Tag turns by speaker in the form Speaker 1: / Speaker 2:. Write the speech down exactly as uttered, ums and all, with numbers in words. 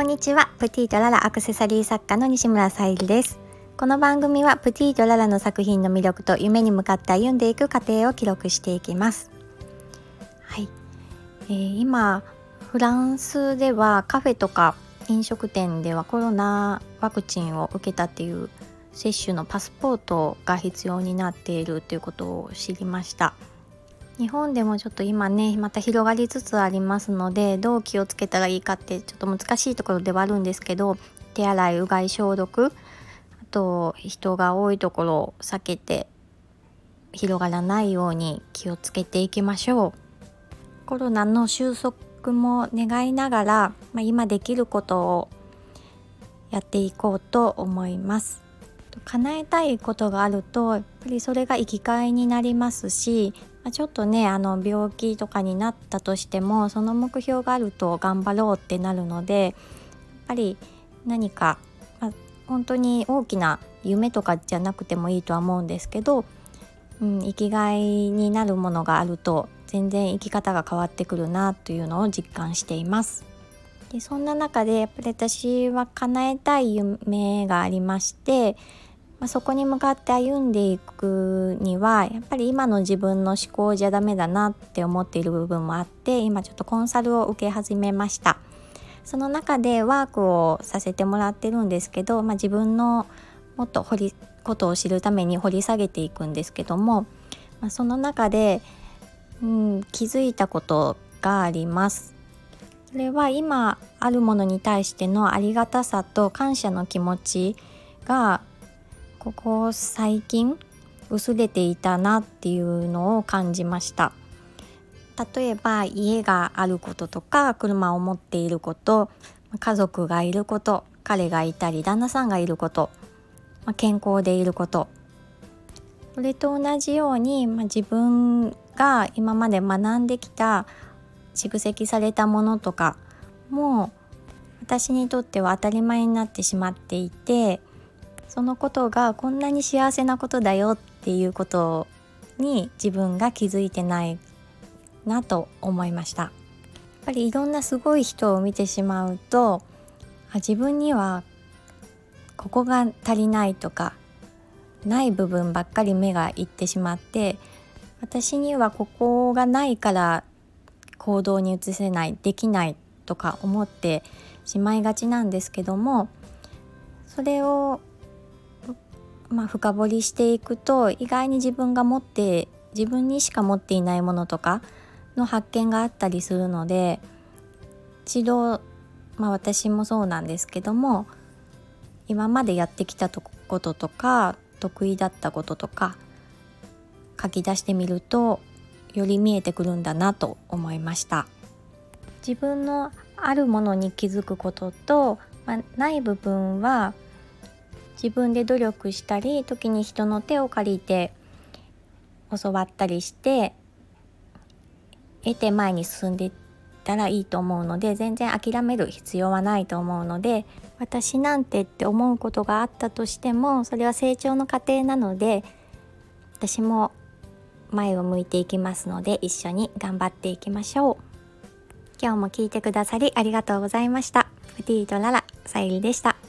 Speaker 1: こんにちは。プティとララアクセサリー作家の西村さゆりです。この番組はプティとララの作品の魅力と夢に向かって歩んでいく過程を記録していきます。はい、えー、今フランスではカフェとか飲食店ではコロナワクチンを受けたっていう接種のパスポートが必要になっているということを知りました。日本でもちょっと今ねまた広がりつつありますので、どう気をつけたらいいかってちょっと難しいところではあるんですけど、手洗い、うがい、消毒、あと人が多いところを避けて広がらないように気をつけていきましょう。コロナの収束も願いながら、まあ、今できることをやっていこうと思います。叶えたいことがあるとやっぱりそれが生きがいになりますし、まあ、ちょっとねあの病気とかになったとしてもその目標があると頑張ろうってなるので、やっぱり何か、まあ、本当に大きな夢とかじゃなくてもいいとは思うんですけど、うん、生きがいになるものがあると全然生き方が変わってくるなというのを実感しています。でそんな中でやっぱり私は叶えたい夢がありまして、まあ、そこに向かって歩んでいくにはやっぱり今の自分の思考じゃダメだなって思っている部分もあって、今ちょっとコンサルを受け始めました。その中でワークをさせてもらってるんですけど、まあ、自分のもっと掘りことを知るために掘り下げていくんですけども、まあ、その中で、うん、気づいたことがあります。それは今あるものに対してのありがたさと感謝の気持ちがここ最近薄れていたなっていうのを感じました。例えば家があることとか車を持っていること、家族がいること、彼がいたり旦那さんがいること、健康でいること、それと同じように、まあ、自分が今まで学んできた蓄積されたものとかも私にとっては当たり前になってしまっていて、そのことがこんなに幸せなことだよっていうことに自分が気づいてないなと思いました。やっぱりいろんなすごい人を見てしまうと、あ自分にはここが足りないとかない部分ばっかり目がいってしまって、私にはここがないから行動に移せない、できないとか思ってしまいがちなんですけども、それを、まあ、深掘りしていくと意外に自分が持って自分にしか持っていないものとかの発見があったりするので、一度、まあ、私もそうなんですけども、今までやってきたこととか得意だったこととか書き出してみるとより見えてくるんだなと思いました。自分のあるものに気づくことと、まあ、ない部分は自分で努力したり、時に人の手を借りて教わったりして得て前に進んでいったらいいと思うので、全然諦める必要はないと思うので、私なんてって思うことがあったとしてもそれは成長の過程なので、私も前を向いていきますので一緒に頑張っていきましょう。今日も聞いてくださりありがとうございました。プティとララ、さゆりでした。